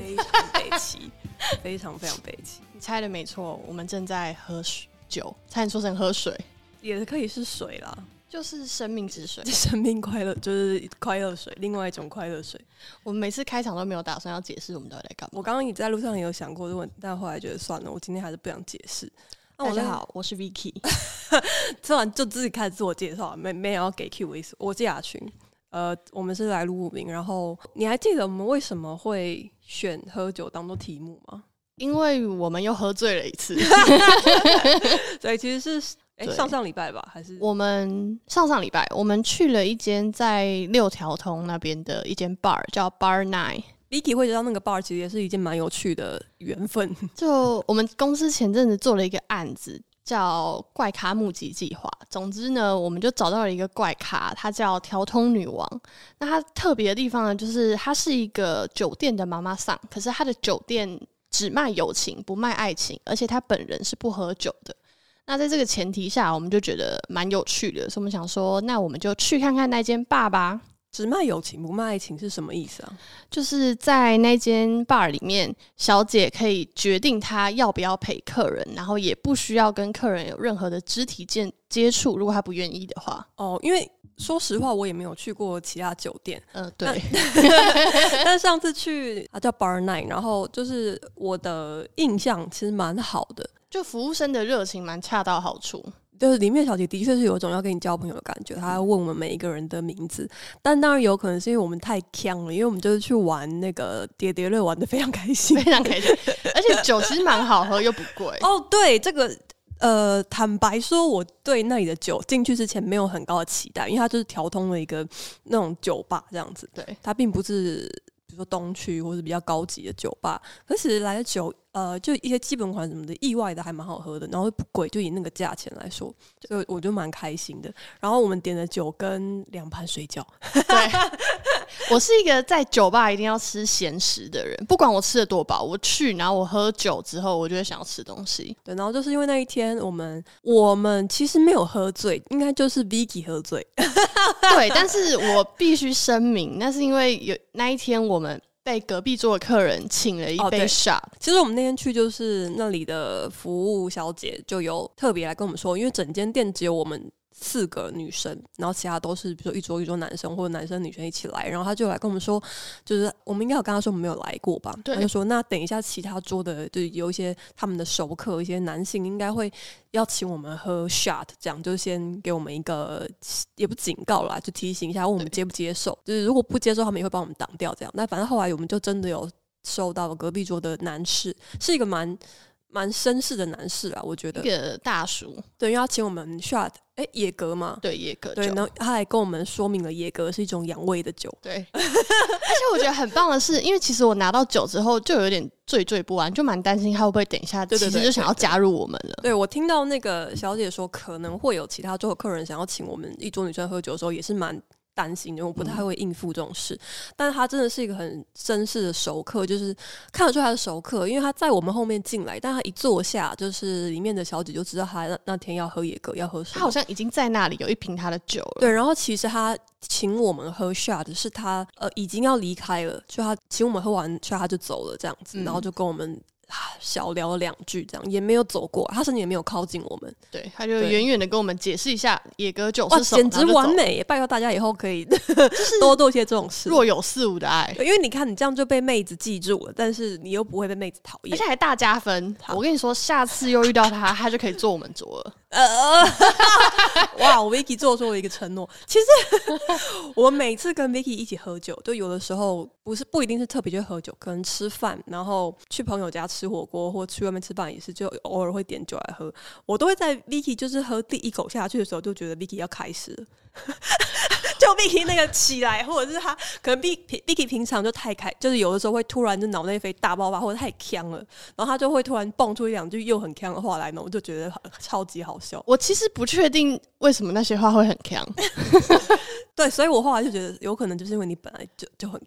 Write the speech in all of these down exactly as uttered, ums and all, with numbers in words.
非常北齐，非常非常北齐。 你猜的没错，我们正在喝酒，差点说成喝水， 也可以是水啦， 就是生命之水， 生命快乐就是快乐水，另外一种快乐水。 我们每次开场都没有打算要解释我们到底在干嘛。 我刚刚也在路上也有想过这个问题，但后来觉得算了，我今天还是不想解释。 大家好，我是 Vicky。 这完就自己开始自我介绍，没没有要给 Q 意思。我是雅群，呃，我们是来录名。然后你还记得我们为什么会选喝酒当做题目吗？ 因为我们又喝醉了一次， 所以其实是哎、欸、上上礼拜吧，还是我们上上礼拜我们去了一间在六条通那边的一间 bar， 叫 Bar Nine。Vicky 会知道那个 bar 其实也是一件蛮有趣的缘分。 就我们公司前阵子做了一个案子，叫怪咖募集计划。总之呢，我们就找到了一个怪咖，他叫条通女王。那他特别的地方呢，就是他是一个酒店的妈妈桑，可是他的酒店只卖友情不卖爱情，而且他本人是不喝酒的。那在这个前提下，我们就觉得蛮有趣的，所以我们想说，那我们就去看看那间 bar 吧。 只卖友情不卖爱情是什么意思啊？ 就是在那间 bar 里面，小姐可以决定她要不要陪客人，然后也不需要跟客人有任何的肢体接接触，如果她不愿意的话。 哦，因为说实话，我也没有去过其他酒店。 嗯、呃，对。 但上次去啊叫 Bar Nine， 然后就是我的印象其实蛮好的， 就服务生的热情蛮恰到好处。 就是里面小姐的确是有一种要跟你交朋友的感觉，她会问我们每一个人的名字，但当然有可能是因为我们太呛了，因为我们就是去玩那个叠叠乐，玩得非常开心， 非常开心，而且酒其实蛮好喝又不贵。 哦，对，这个呃，坦白说，我对那里的酒进去之前没有很高的期待，因为它就是调通了一个那种酒吧这样子， 对， 它并不是比如说东区或是比较高级的酒吧，可是来的酒。呃，就一些基本款什么的，意外的还蛮好喝的，然后不贵，就以那个价钱来说，所以我就蛮开心的。然后我们点了酒跟两盘水饺。 对，我是一个在酒吧一定要吃咸食的人，不管我吃的多饱，我去然后我喝酒之后，我就会想要吃东西。 对，然后就是因为那一天我们我们其实没有喝醉，应该就是 Vicky 喝醉。 对，但是我必须声明，那是因为有那一天我们。被隔壁桌的客人请了一杯 shot、哦、 其实我们那天去就是那里的服务小姐就有特别来跟我们说，因为整间店只有我们四个女生，然后其他都是比如说一桌一桌男生或者男生女生一起来，然后他就来跟我们说，就是我们应该有跟他说我们没有来过吧，他就说那等一下其他桌的就有一些他们的熟客，一些男性应该会要请我们喝 shot， 这样就先给我们一个也不警告啦，就提醒一下问我们接不接受，就是如果不接受他们也会帮我们挡掉这样。那反正后来我们就真的有收到隔壁桌的男士，是一个蛮蛮绅士的男士啊，我觉得一个大叔， 对，因为他请我们 shot， 哎、欸，野格嘛， 对，野格酒， 对，然后他还跟我们说明了野格是一种养胃的酒， 对，而且我觉得很棒的是，因为其实我拿到酒之后就有点惴惴不安，就蛮担心他会不会等一下，其实就想要加入我们了。 对，我听到那个小姐说可能会有其他桌的客人想要请我们一桌女生喝酒的时候，也是蛮担心，因为我不太会应付这种事、嗯、但是他真的是一个很绅士的熟客，就是看得出他的熟客，因为他在我们后面进来，但他一坐下，就是里面的小姐就知道他 那, 那天要喝野格，要喝什么。 他好像已经在那里有一瓶他的酒了。 对，然后其实他请我们喝 shot 是他呃已经要离开了，就他请我们喝完 shot 他就走了这样子、嗯、然后就跟我们小聊了两句，这样也没有走过，他甚至也没有靠近我们。 对，他就远远的跟我们解释一下野格酒是什么， 简直完美耶！拜托大家以后可以就是多做一些这种事， 若有似无的爱。 因为你看，你这样就被妹子记住了，但是你又不会被妹子讨厌， 而且还大加分。我跟你说，下次又遇到他，他就可以坐我们桌了。 呃，哇！我 Vicky 做出了一个承诺。其实我每次跟 Vicky 一起喝酒，就有的时候不是不一定是特别去喝酒，可能吃饭，然后去朋友家吃火锅，或去外面吃饭也是，就偶尔会点酒来喝。我都会在 Vicky 就是喝第一口下去的时候，就觉得 Vicky 要开始了。就 Vicky 那个起来，或者是他可能 Vicky 平常就太开，就是有的时候会突然就脑内飞大爆发，或者太呛了，然后他就会突然蹦出一两句又很呛的话来呢，我就觉得超级好笑。 我其实不确定为什么那些话会很呛。 对，所以我后来就觉得有可能就是因为你本来就就很呛。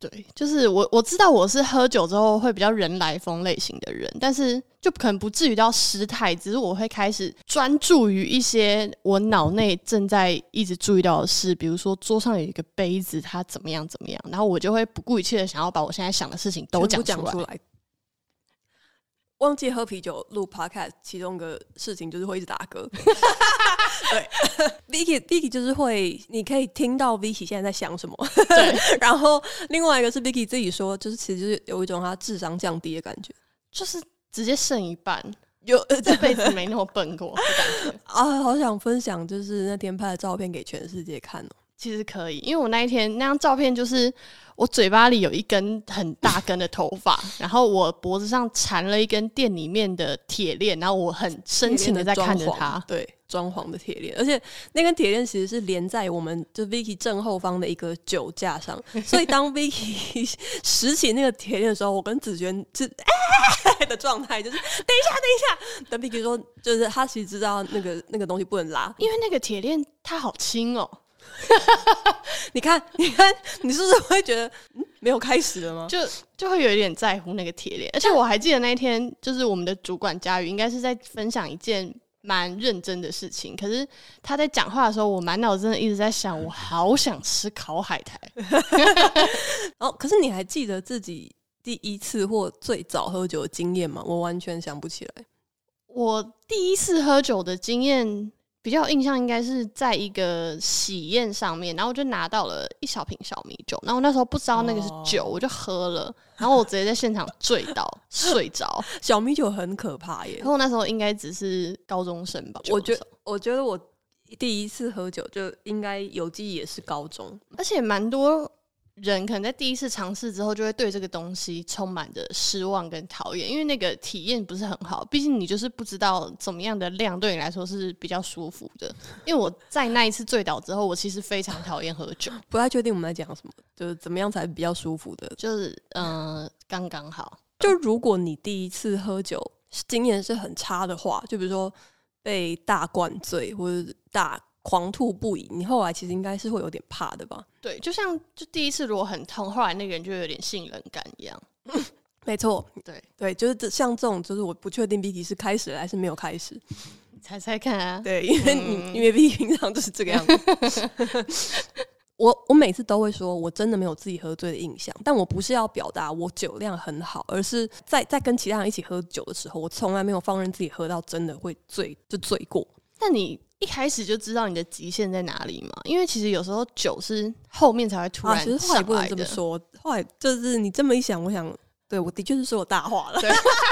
对，就是我我知道我是喝酒之后会比较人来疯类型的人，但是就可能不至于到失态，只是我会开始专注于一些我脑内正在一直注意到的事，比如说桌上有一个杯子它怎么样怎么样，然后我就会不顾一切的想要把我现在想的事情都讲出来。 讲出来忘记喝啤酒录 podcast 其中一个事情就是会一直打嗝对Vicky Vicky 就是会你可以听到 Vicky 现在在想什么对然后另外一个是 Vicky 自己说就是其实就是有一种他智商降低的感觉， 就是直接剩一半， 有这辈子没那么笨过的感觉啊，好想分享就是那天拍的照片给全世界看哦。 其实可以，因为我那一天那张照片就是我嘴巴里有一根很大根的头发然后我脖子上缠了一根店里面的铁链，然后我很深情的在看着它， 对，装潢的铁链，而且那根铁链其实是连在我们就 Vicky 正后方的一个酒架上，所以当 Vicky 拾起那个铁链的时候，我跟子娟是哎的状态，就是等一下等一下，等 Vicky 说就是他其实知道那个那个东西不能拉， 因为那个铁链它好轻哦你看你看你是不是会觉得、嗯、没有开始了吗？ 就就会有一点在乎那个铁链，而且我还记得那一天就是我们的主管佳宇应该是在分享一件蛮认真的事情，可是他在讲话的时候我满脑子真的一直在想我好想吃烤海苔然后可是你还记得自己第一次或最早喝酒的经验吗？我完全想不起来。 我第一次喝酒的经验比较有印象应该是在一个喜宴上面，然后我就拿到了一小瓶小米酒，然后我那时候不知道那个是酒、哦、我就喝了，然后我直接在现场醉倒睡着小米酒很可怕耶， 然后那时候应该只是高中生吧， 我觉得我觉得我第一次喝酒就应该有记忆也是高中， 而且蛮多人可能在第一次尝试之后就会对这个东西充满着失望跟讨厌，因为那个体验不是很好，毕竟你就是不知道怎么样的量对你来说是比较舒服的。因为我在那一次醉倒之后我其实非常讨厌喝酒不太确定我们在讲什么，就是怎么样才比较舒服的， 就是呃刚刚好。 就如果你第一次喝酒经验是很差的话，就比如说被大灌醉或者大狂吐不已，你后来其实应该是会有点怕的吧？ 对，就像就第一次如果很痛，后来那个人就有点信任感一样没错， 对对，就是这像这种就是我不确定 Vicky 是开始了还是没有开始， 猜猜看啊。 对，因为你、嗯、因为 Vicky 平常就是这个样子我我每次都会说我真的没有自己喝醉的印象，但我不是要表达我酒量很好，而是在在跟其他人一起喝酒的时候，我从来没有放任自己喝到真的会醉就醉过。 那你一开始就知道你的极限在哪里吗？因为其实有时候酒是后面才会突然上来的、啊、其实后来不能这么说，后来就是你这么一想，我想对我的确是说我大话了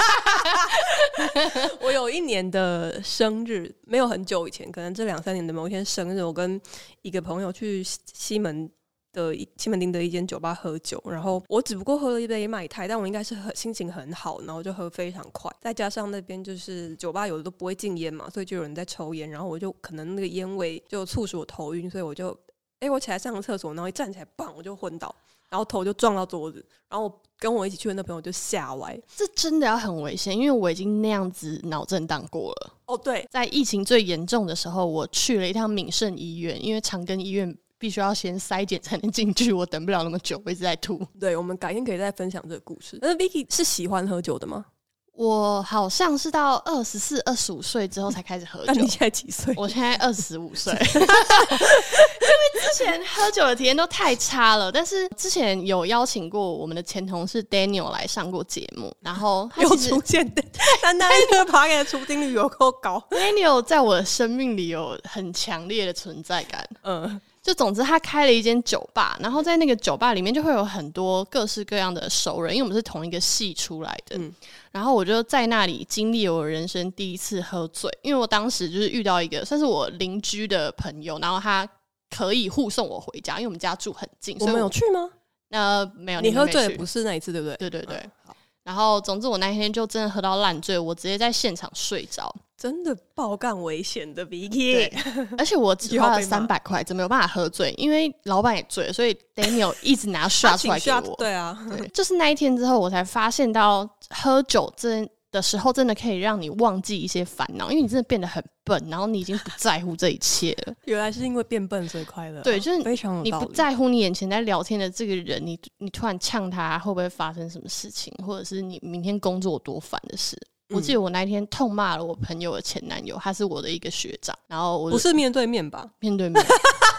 我有一年的生日，没有很久以前，可能这两三年的某一天生日，我跟一个朋友去西门的西门町的一间酒吧喝酒，然后我只不过喝了一杯麦太，但我应该是很心情很好，然后就喝非常快，再加上那边就是酒吧有的都不会禁烟嘛，所以就有人在抽烟，然后我就可能那个烟味就促使我头晕，所以我就哎、欸，我起来上个厕所，然后一站起来砰我就昏倒，然后头就撞到桌子，然后我跟我一起去的那朋友就吓歪。 这真的要很危险，因为我已经那样子脑震荡过了。 哦，对， 在疫情最严重的时候，我去了一趟敏盛医院，因为长庚医院必须要先筛检才能进去，我等不了那么久，我一直在吐。 对，我们改天可以再分享这个故事。但是 Vicky 是喜欢喝酒的吗？ 我好像是到二十四、二十五岁之后才开始喝酒。 那你现在几岁？ 我现在二十五岁。因为之前喝酒的体验都太差了，但是之前有邀请过我们的前同事 Daniel 来上过节目，然后他有出现的，单单那个 podcast 的出听率有够高。 Daniel 在我的生命里有很强烈的存在感。嗯。就总之他开了一间酒吧，然后在那个酒吧里面就会有很多各式各样的熟人，因为我们是同一个系出来的、嗯、然后我就在那里经历了我人生第一次喝醉，因为我当时就是遇到一个算是我邻居的朋友，然后他可以护送我回家，因为我们家住很近。 我们有去吗？ 呃，没有， 你喝醉的不是那一次对不对？ 对对对、嗯、好。然后总之我那天就真的喝到烂醉，我直接在现场睡着， 真的爆干危险的 Vicky。 而且我只花了三百块怎么有办法喝醉，因为老板也醉了，所以 Daniel 一直拿 shot 出来给我。 对啊， 对，就是那一天之后我才发现到喝酒这的时候真的可以让你忘记一些烦恼，因为你真的变得很笨，然后你已经不在乎这一切了。 原来是因为变笨所以快乐、啊。 对，就是非常有道理。 你不在乎你眼前在聊天的这个人，你你突然呛他，会不会发生什么事情，或者是你明天工作有多烦的事。我记得我那一天痛骂了我朋友的前男友，他是我的一个学长，然后我不是面对面吧？ 面对面。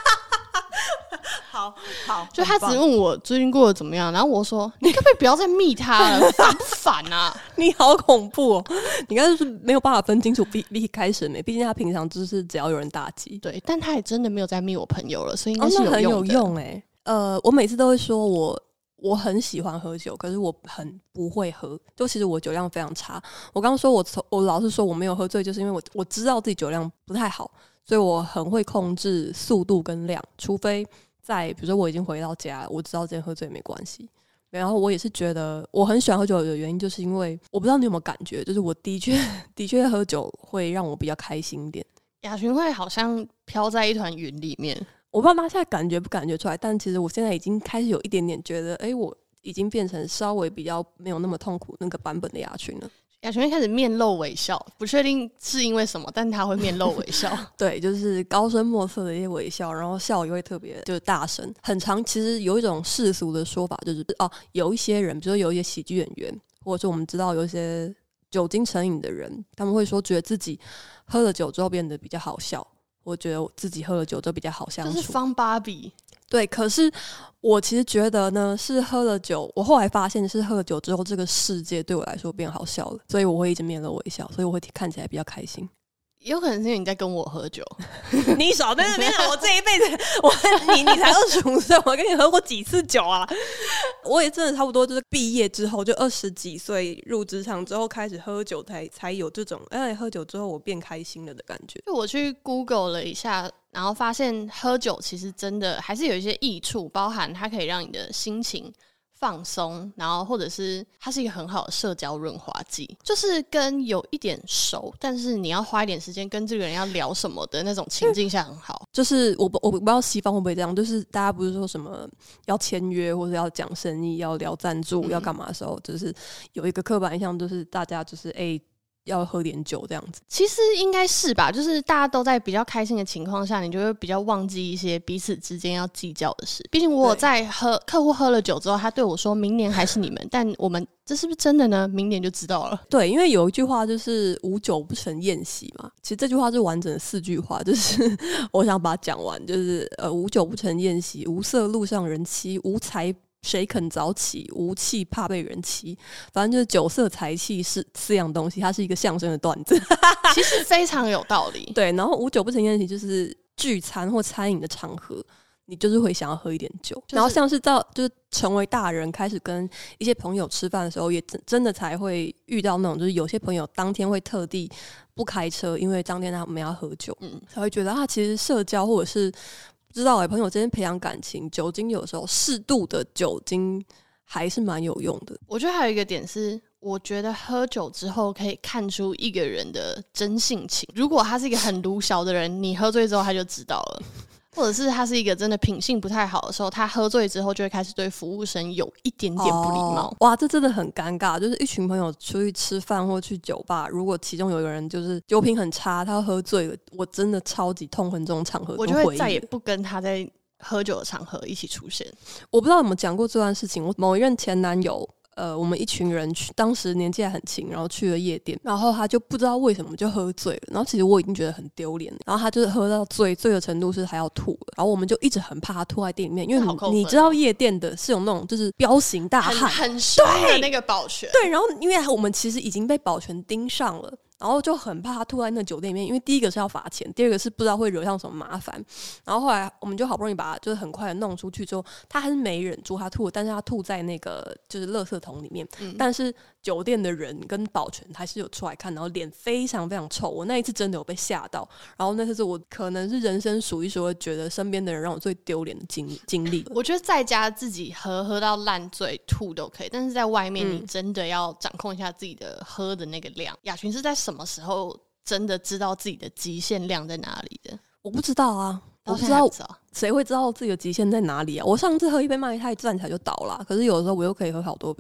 好好， 就他只问我最近过得怎么样，然后我说你可不可以不要再密他了，烦不烦啊？ 你好恐怖哦！你刚才是没有办法分清楚避避开神欸，毕竟他平常就是只要有人打击。 对，但他也真的没有再密我朋友了，所以应该是有用的。 哦，那很有用欸。呃，我每次都会说我我很喜欢喝酒，可是我很不会喝，就其实我酒量非常差。我刚刚说我我老是说我没有喝醉，就是因为我我知道自己酒量不太好，所以我很会控制速度跟量，除非在比如说我已经回到家，我知道今天喝醉没关系。然后我也是觉得我很喜欢喝酒的原因，就是因为我不知道你有没有感觉，就是我的确的确喝酒会让我比较开心一点。 雅群会好像飘在一团云里面， 我不知道大家现在感觉不感觉出来，但其实我现在已经开始有一点点觉得，哎，我已经变成稍微比较没有那么痛苦那个版本的雅群了。 雅群会开始面露微笑，不确定是因为什么，但他会面露微笑。 对，就是高深莫测的一些微笑，然后笑也会特别就是大声。很常其实有一种世俗的说法，就是哦，有一些人，比如说有一些喜剧演员，或者是我们知道有一些酒精成瘾的人，他们会说觉得自己喝了酒之后变得比较好笑，我觉得我自己喝了酒就比较好相处。 就是方芭比。 对，可是我其实觉得呢，是喝了酒，我后来发现是喝了酒之后，这个世界对我来说变好笑了，所以我会一直面露微笑，所以我会看起来比较开心。 有可能是因为你在跟我喝酒。 你少在那边我这一辈子我你你才二十五岁，我跟你喝过几次酒啊？我也真的差不多就是毕业之后，就二十几岁入职场之后开始喝酒，才才有这种哎，喝酒之后我变开心了的感觉。 就我去 Google 了一下，然后发现喝酒其实真的还是有一些益处，包含它可以让你的心情放松，然后或者是它是一个很好的社交润滑剂，就是跟有一点熟，但是你要花一点时间跟这个人要聊什么的那种情境下很好。 就是我不我不知道西方会不会这样，就是大家不是说什么要签约或者要讲生意、要聊赞助、嗯、要干嘛的时候，就是有一个刻板印象，就是大家就是哎。欸要喝点酒这样子， 其实应该是吧，就是大家都在比较开心的情况下，你就会比较忘记一些彼此之间要计较的事。毕竟我在喝客户喝了酒之后，他对我说明年还是你们，但我们这是不是真的呢？明年就知道了。 对，因为有一句话就是无酒不成宴席嘛，其实这句话是完整的四句话，就是我想把它讲完，就是呃无酒不成宴席，无色路上人欺，无财谁肯早起，无气怕被人欺。反正就是酒色财气是四样东西，它是一个相声的段子其实非常有道理。 对，然后无酒不成宴席就是聚餐或餐饮的场合，你就是会想要喝一点酒、就是、然后像是到就是成为大人开始跟一些朋友吃饭的时候，也真真的才会遇到那种就是有些朋友当天会特地不开车，因为当天他们要喝酒、嗯、才会觉得啊，其实社交或者是不知道哎、欸，朋友之间培养感情，酒精有时候适度的酒精还是蛮有用的。 我觉得还有一个点是，我觉得喝酒之后可以看出一个人的真性情。如果他是一个很鲁小的人，你喝醉之后他就知道了。或者是他是一个真的品性不太好的时候，他喝醉之后就会开始对服务生有一点点不礼貌、哦、 哇，这真的很尴尬。就是一群朋友出去吃饭或去酒吧，如果其中有一个人就是酒品很差，他喝醉了，我真的超级痛恨这种场合， 我就会再也不跟他在喝酒的场合一起出现。 我不知道有没有讲过这段事情，我某一任前男友呃，我们一群人去，当时年纪还很轻，然后去了夜店，然后他就不知道为什么就喝醉了，然后其实我已经觉得很丢脸，然后他就是喝到醉，醉的程度是还要吐了，然后我们就一直很怕他吐在店里面，因为 你, 你知道夜店的是有那种就是彪形大汉， 很很凶的那个保全， 对，然后因为我们其实已经被保全盯上了。然后就很怕他吐在那酒店里面，因为第一个是要罚钱，第二个是不知道会惹上什么麻烦。然后后来我们就好不容易把他就是很快的弄出去之后，他还是没忍住他吐，但是他吐在那个就是垃圾桶里面、嗯、但是酒店的人跟保全还是有出来看，然后脸非常非常臭。我那一次真的有被吓到，然后那次是我可能是人生数一数二觉得身边的人让我最丢脸的经经历。 我觉得在家自己喝喝到烂醉吐都可以，但是在外面你真的要掌控一下自己的喝的那个量。雅群是在什么时候真的知道自己的极限量在哪里的？ 我不知道啊，我不知道谁会知道自己的极限在哪里啊。我上次喝一杯麦太站起来就倒了，可是有的时候我又可以喝好多杯。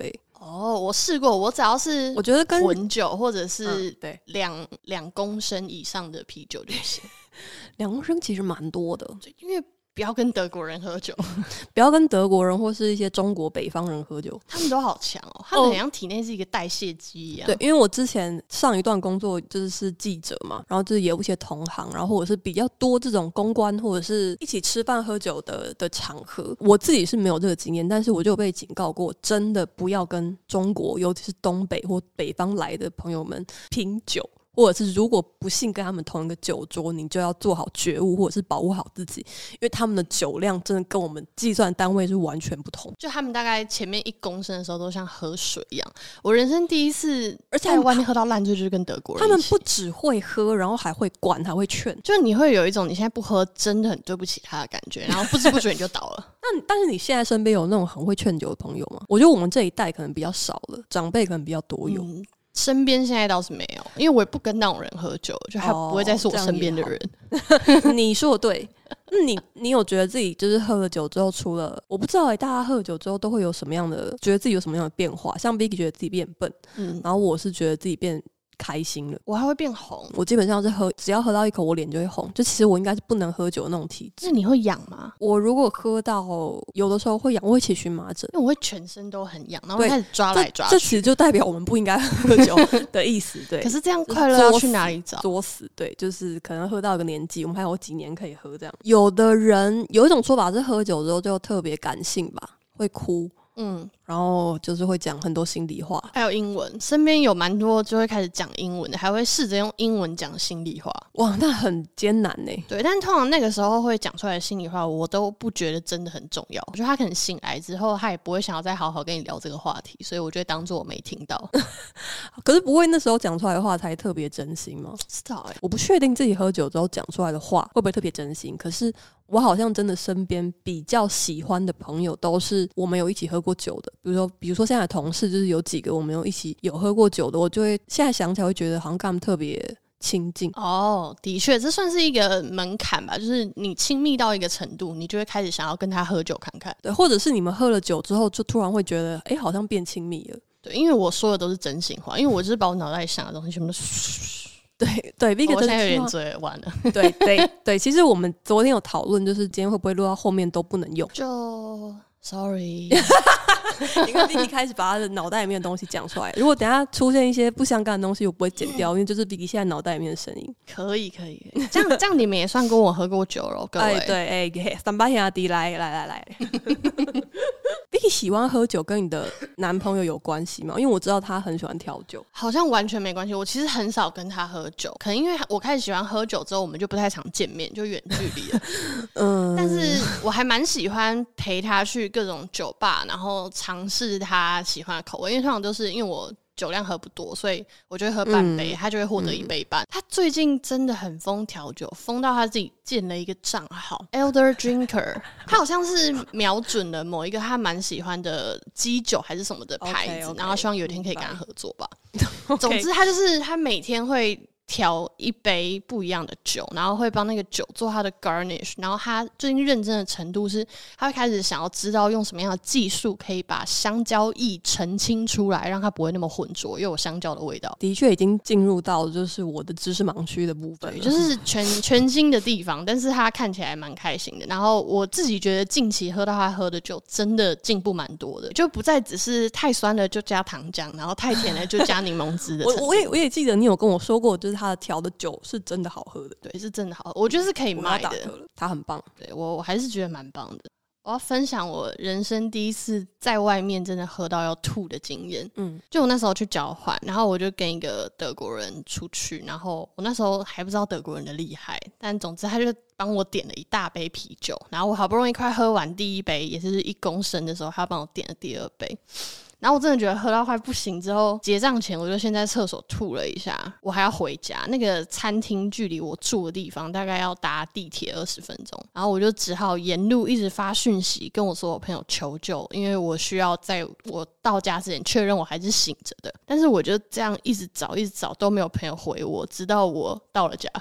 哦，我试过，我只要是我觉得跟混酒或者是嗯对两两公升以上的啤酒就行， 两公升其实蛮多的， 因为不要跟德国人喝酒， 不要跟德国人或是一些中国北方人喝酒。 他们都好强哦，他们好像体内是一个代谢机一样。 对，因为我之前上一段工作就是是记者嘛，然后就是有一些同行，然后或者是比较多这种公关或者是一起吃饭喝酒的的场合，我自己是没有这个经验，但是我就有被警告过，真的不要跟中国，尤其是东北或北方来的朋友们拼酒。或者是如果不幸跟他们同一个酒桌，你就要做好觉悟，或者是保护好自己，因为他们的酒量真的跟我们计算单位是完全不同。 就他们大概前面一公升的时候都像喝水一样，我人生第一次而且在外面喝到烂醉就是跟德国人他一起， 们不只会喝，然后还会管，还会劝。 就你会有一种你现在不喝真的很对不起他的感觉，然后不知不觉你就倒了。 那但是你现在身边有那种很会劝酒的朋友吗？我觉得我们这一代可能比较少了，长辈可能比较多有。 嗯身边现在倒是没有，因为我也不跟那种人喝酒，就他不会再是我身边的人。 哦、你说的对，你你有觉得自己就是喝了酒之后，除了我不知道哎、欸，大家喝了酒之后都会有什么样的，觉得自己有什么样的变化？像 Vicky 觉得自己变笨，嗯，然后我是觉得自己变开心了， 我还会变红。 我基本上是喝，只要喝到一口，我脸就会红。就其实我应该是不能喝酒的那种体质。 那你会痒吗？ 我如果喝到有的时候会痒，我会起荨麻疹， 因为我会全身都很痒，然后开始抓来抓去。 这其实就代表我们不应该喝酒的意思。对， 可是这样快乐要去哪里找？ 作死，对，就是可能喝到一个年纪，我们还有几年可以喝这样。有的人有一种说法是喝酒之后就特别感性吧，会哭。嗯，然后就是会讲很多心里话， 还有英文，身边有蛮多就会开始讲英文的，还会试着用英文讲心里话。 哇，那很艰难呢。 对，但通常那个时候会讲出来的心里话，我都不觉得真的很重要。我觉得他可能醒来之后，他也不会想要再好好跟你聊这个话题，所以我就会当作我没听到。 可是不会那时候讲出来的话才特别真心吗？ 不知道哎、欸， 我不确定自己喝酒之后讲出来的话会不会特别真心，可是我好像真的身边比较喜欢的朋友都是我们有一起喝过酒的，比如说比如说现在的同事就是有几个我们有一起有喝过酒的，我就会现在想起来会觉得好像跟他们特别亲近。 哦，的确这算是一个门槛吧，就是你亲密到一个程度，你就会开始想要跟他喝酒看看。 对，或者是你们喝了酒之后就突然会觉得哎、欸，好像变亲密了。 对，因为我说的都是真心话，因为我就是把我脑袋里想的东西全部都对对 ，Vicky 我现在有点醉完了。 对对对，其实我们昨天有讨论，就是今天会不会录到后面都不能用， 就 sorry。 因为 Vicky 开始把他的脑袋里面的东西讲出来。如果等一下出现一些不相干的东西，我不会剪掉，因为就是 Vicky 现在脑袋里面的声音。 可以可以，这样这样你们也算跟我喝过酒了，各位。 哎，对，哎，三八兄弟，来来来来。Vicky 喜欢喝酒跟你的男朋友有关系吗？因为我知道他很喜欢调酒， 好像完全没关系。我其实很少跟他喝酒，可能因为我开始喜欢喝酒之后，我们就不太常见面，就远距离了。嗯，但是我还蛮喜欢陪他去各种酒吧，然后尝试他喜欢的口味，因为通常都是因为我酒量喝不多，所以我就会喝半杯，嗯、他就会获得一杯半。嗯、他最近真的很疯调酒，疯到他自己建了一个账号 Elder Drinker， 他好像是瞄准了某一个他蛮喜欢的基酒还是什么的牌子， okay, okay, 然后希望有一天可以跟他合作吧。okay. 总之，他就是他每天会调一杯不一样的酒，然后会帮那个酒做他的 garnish， 然后他最近认真的程度是他会开始想要知道用什么样的技术可以把香蕉液澄清出来，让它不会那么浑浊又有香蕉的味道。 的确已经进入到就是我的知识盲区的部分， 对，就是全全新的地方，但是他看起来蛮开心的。然后我自己觉得近期喝到他喝的酒真的进步蛮多的，就不再只是太酸了就加糖浆，然后太甜了就加柠檬汁的我我也我也记得你有跟我说过，就是他的调的酒是真的好喝的。 对，是真的好喝，我觉得是可以卖的。 他很棒， 对，我我还是觉得蛮棒的。我要分享我人生第一次在外面真的喝到要吐的经验。嗯，就我那时候去交换，然后我就跟一个德国人出去，然后我那时候还不知道德国人的厉害，但总之他就帮我点了一大杯啤酒，然后我好不容易快喝完第一杯，也是一公升的时候，他帮我点了第二杯。然后我真的觉得喝到快不行之后，结账前我就先在厕所吐了一下，我还要回家。那个餐厅距离我住的地方大概要搭地铁二十分钟，然后我就只好沿路一直发讯息跟我所有朋友求救，因为我需要在我到家之前确认我还是醒着的。但是我就这样一直找一直找都没有朋友回我，直到我到了家。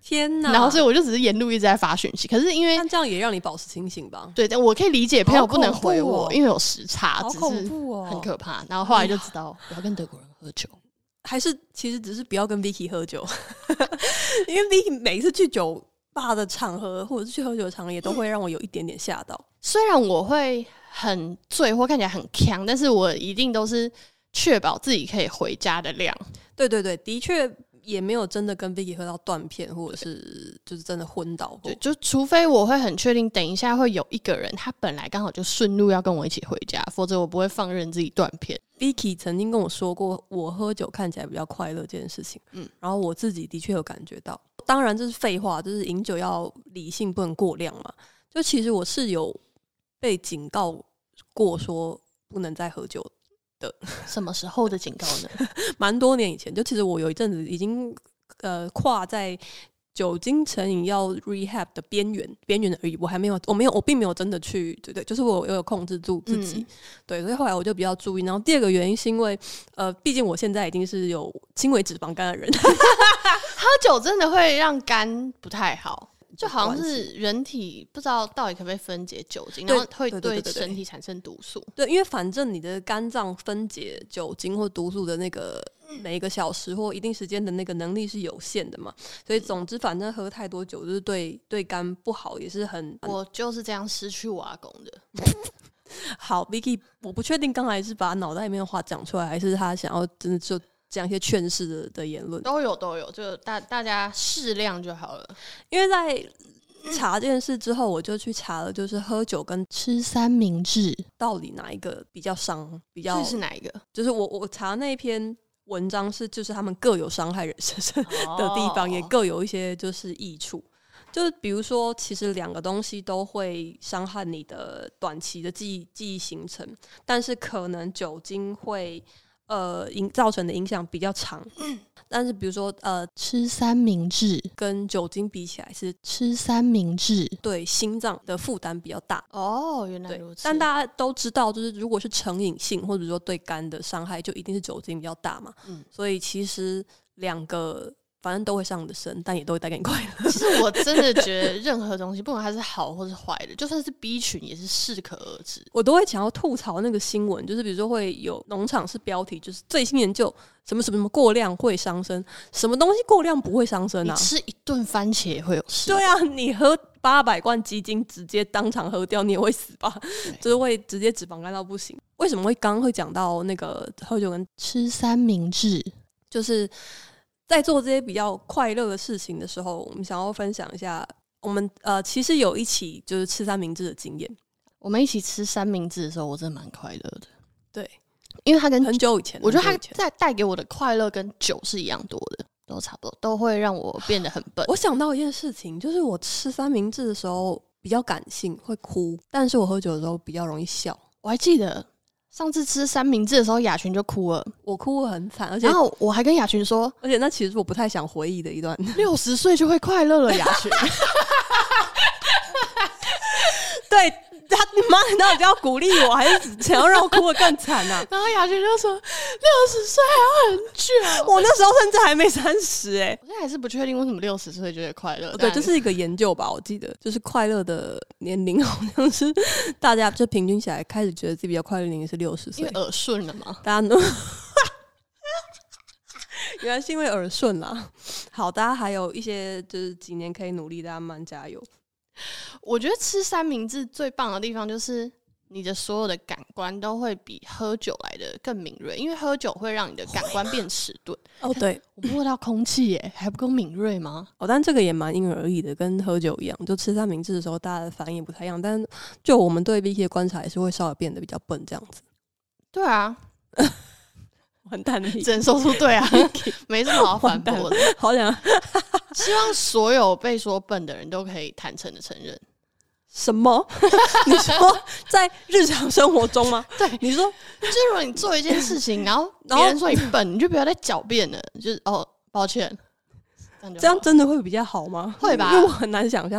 天哪！ 然后所以我就只是沿路一直在发讯息，可是因为但这样也让你保持清醒吧？ 对，但我可以理解朋友不能回我， 哦、 因为有时差， 好恐怖哦， 很可怕。然后后来就知道不要跟德国人喝酒， 还是其实只是不要跟 Vicky 喝酒，因为 Vicky 每一次去酒吧的场合或者是去喝酒的场合，也都会让我有一点点吓到。 虽然我会很醉或看起来很呛，但是我一定都是确保自己可以回家的量。 对对对，的确也没有真的跟 Vicky 喝到断片，或者是就是真的昏倒过。 对，就除非我会很确定等一下会有一个人他本来刚好就顺路要跟我一起回家，否则我不会放任自己断片。 Vicky 曾经跟我说过我喝酒看起来比较快乐这件事情，嗯，然后我自己的确有感觉到。当然这是废话，就是饮酒要理性，不能过量嘛。就其实我是有被警告过说不能再喝酒的。 什么时候的警告呢？ 蛮多年以前，就其实我有一阵子已经呃跨在酒精成瘾要 rehab 的边缘边缘而已，我还没有我没有我并没有真的去对对，就是我我有控制住自己、嗯、对，所以后来我就比较注意。然后第二个原因是因为呃毕竟我现在已经是有轻微脂肪肝的人喝酒真的会让肝不太好，就好像是人体不知道到底可不可以分解酒精，然后会对身体产生毒素。 对，因为反正你的肝脏分解酒精或毒素的那个每一个小时或一定时间的那个能力是有限的嘛，所以总之反正喝太多酒就是对对肝不好，也是很我就是这样失去我阿公的。 好 Vicky 我不确定刚才是把脑袋里面的话讲出来，还是他想要真的就讲一些劝世 的, 的言论， 都有都有，就 大, 大家适量就好了。 因为在查这件事之后，我就去查了，就是喝酒跟吃三明治到底哪一个比较伤，比较是哪一个？ 就是我我查那篇文章是，就是他们各有伤害人身的地方， oh. 也各有一些就是益处。就是比如说，其实两个东西都会伤害你的短期的记忆记忆形成，但是可能酒精会。呃，造成的影响比较长，嗯、但是比如说，呃， 吃三明治跟酒精比起来是吃三明治对心脏的负担比较大。 哦，原来如此。 但大家都知道，就是如果是成瘾性或者说对肝的伤害，就一定是酒精比较大嘛。嗯，所以其实两个。反正都会伤你的身，但也都会带给你快乐。 其实我真的觉得任何东西，不管它是好或是坏的，就算是 B 群也是适可而止。 我都会想要吐槽那个新闻，就是比如说会有农场是标题，就是最新研究什么什么什么过量会伤身，什么东西过量不会伤身啊？ 你吃一顿番茄也会有事。 对啊，你喝八百罐鸡精直接当场喝掉，你也会死吧？就是会直接脂肪肝到不行。为什么会刚刚会讲到那个喝酒跟吃三明治？ 就是。在做这些比较快乐的事情的时候，我们想要分享一下，我们呃其实有一起就是吃三明治的经验。 我们一起吃三明治的时候，我真的蛮快乐的。 对， 因为它跟很久以前， 我觉得它在带给我的快乐跟酒是一样多的，都差不多，都会让我变得很笨。 我想到一件事情，就是我吃三明治的时候比较感性，会哭，但是我喝酒的时候比较容易笑。 我还记得。上次吃三明治的时候，雅群就哭了， 我哭得很惨，而且然后我还跟雅群说， 而且那其实我不太想回忆的一段， 六十岁就会快乐了，雅群。 对他，你妈难道就要鼓励我，还是想要让我哭得更惨啊？ 然后雅群就说，六十岁还要很久， 我那时候甚至还没三十哎， 我现在还是不确定为什么六十岁就会快乐。 对，这是一个研究吧，我记得就是快乐的年龄好像是大家就平均起来开始觉得自己比较快乐的年龄是六十岁， 因为耳顺了嘛。 大家呢？原来是因为耳顺啦。好，大家还有一些就是几年可以努力，大家慢慢加油。 我觉得吃三明治最棒的地方就是你的所有的感官都会比喝酒来的更敏锐，因为喝酒会让你的感官变迟钝。 哦，对， 我摸到空气耶，还不够敏锐吗？ 哦，但这个也蛮因人而异的，跟喝酒一样，就吃三明治的时候大家的反应也不太一样，但就我们对 Vicky 的观察也是会稍微变得比较笨这样子。 对啊。 完蛋了， 只能说出对啊，没什么好反驳的。 好想希望所有被说笨的人都可以坦诚的承认。 什么？你说在日常生活中吗？ 对， 你说， 就是如果你做一件事情，然后别人说你笨，你就不要再狡辩了，就是哦，抱歉， 这样, 这样真的会比较好吗？ 会吧， 因为我很难想象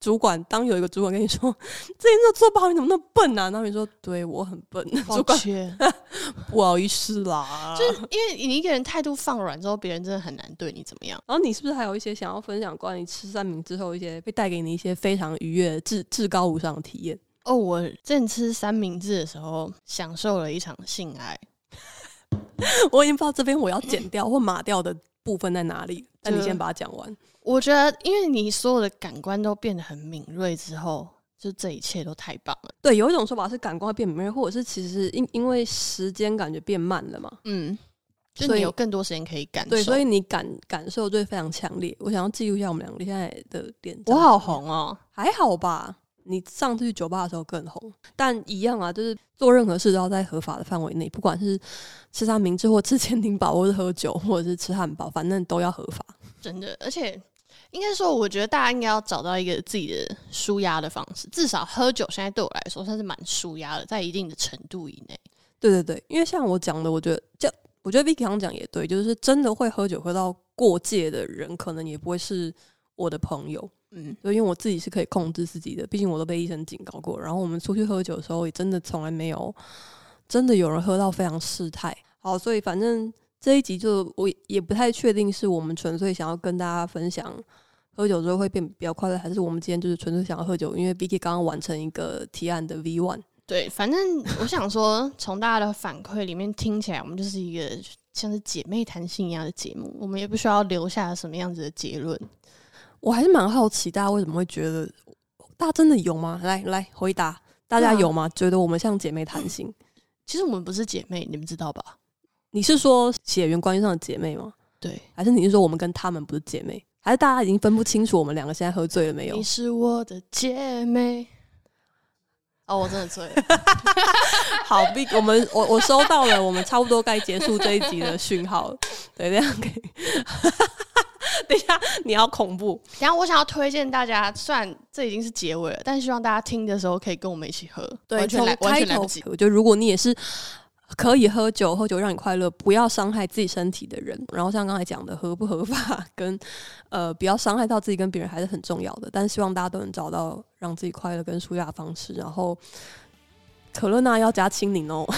主管，当有一个主管跟你说这件事做不好，你怎么那么笨啊？然后你说对我很笨， 抱歉， 不好意思啦。 就是因为你一个人态度放软之后，别人真的很难对你怎么样。 然后你是不是还有一些想要分享关于吃三明之后一些会带给你一些非常愉悦、至至高无上的体验？ 哦，我之前吃三明治的时候，享受了一场性爱。 我已经不知道这边我要剪掉或码掉的部分在哪里，但你先把它讲完。 我觉得，因为你所有的感官都变得很敏锐之后，就这一切都太棒了。 对，有一种说法是感官会变敏锐，或者是其实因因为时间感觉变慢了嘛， 嗯，就你有更多时间可以感受， 对，所以你感感受就会非常强烈。我想要记录一下我们两个现在的脸， 我好红哦， 还好吧？你上次去酒吧的时候更红，但一样啊，就是做任何事都要在合法的范围内，不管是吃三明治或吃千丁堡，或是喝酒，或者是吃汉堡，反正都要合法。 真的，而且应该说，我觉得大家应该要找到一个自己的抒压的方式。至少喝酒现在对我来说算是蛮抒压的，在一定的程度以内。对对对，因为像我讲的，我觉得这我觉得 Vicky 刚刚讲也对，就是真的会喝酒喝到过界的人，可能也不会是我的朋友。嗯，因为我自己是可以控制自己的，毕竟我都被医生警告过。然后我们出去喝酒的时候，也真的从来没有真的有人喝到非常失态。好，所以反正这一集就我也不太确定是我们纯粹想要跟大家分享喝酒之后会变比较快乐，还是我们今天就是纯粹想要喝酒，因为 Vicky 刚刚完成一个提案的 V 一。 对，反正我想说，从大家的反馈里面听起来，我们就是一个像是姐妹谈心一样的节目，我们也不需要留下什么样子的结论。 我还是蛮好奇，大家为什么会觉得，大家真的有吗？来来回答，大家有吗？啊、觉得我们像姐妹谈心？ 其实我们不是姐妹，你们知道吧？ 你是说血缘关系上的姐妹吗？ 对， 还是你是说我们跟他们不是姐妹？还是大家已经分不清楚我们两个现在喝醉了没有？ 你是我的姐妹。哦，我真的醉了。 好，我们我我收到了，我们差不多该结束这一集的讯号。对，这样可以。等一下，你要恐怖。 等一下，我想要推荐大家，虽然这已经是结尾了，但希望大家听的时候可以跟我们一起喝。 对， 完全来完全来不及。 我觉得如果你也是可以喝酒，喝酒让你快乐，不要伤害自己身体的人，然后像刚才讲的合不合法跟呃不要伤害到自己跟别人还是很重要的。但是希望大家都能找到让自己快乐跟舒压的方式。然后可乐娜要加青柠哦。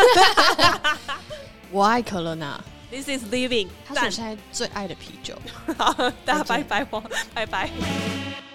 我爱可乐娜。 This is living， 它是我现在最爱的啤酒。 好，大家拜拜，拜拜。